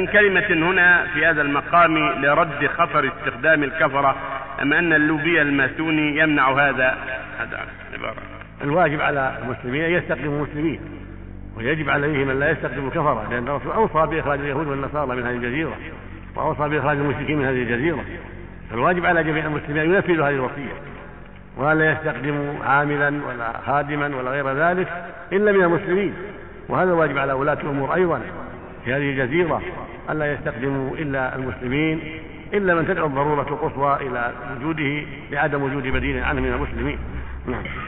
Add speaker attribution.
Speaker 1: لكن كلمة هنا في هذا المقام لرد خطر استخدام الكفرة، أم أن اللوبي الماسوني يمنع هذا عبارة.
Speaker 2: الواجب على المسلمين أن يستخدموا المسلمين، ويجب عليهم أن لا يستخدموا الكفرة، لأن الرسول أوصى بإخراج اليهود والنصارى من هذه الجزيرة، وأوصى بإخراج المشركين من هذه الجزيرة. فالواجب على جميع المسلمين أن ينفذوا هذه الوصية، ولا يستخدموا عاملا ولا خادما ولا غير ذلك إلا من المسلمين. وهذا الواجب على ولاة الأمور أيضا في هذه الجزيرة، ألا يستخدموا إلا المسلمين، إلا من تدعو الضرورة القصوى إلى وجوده لعدم وجود بديل عنه من المسلمين.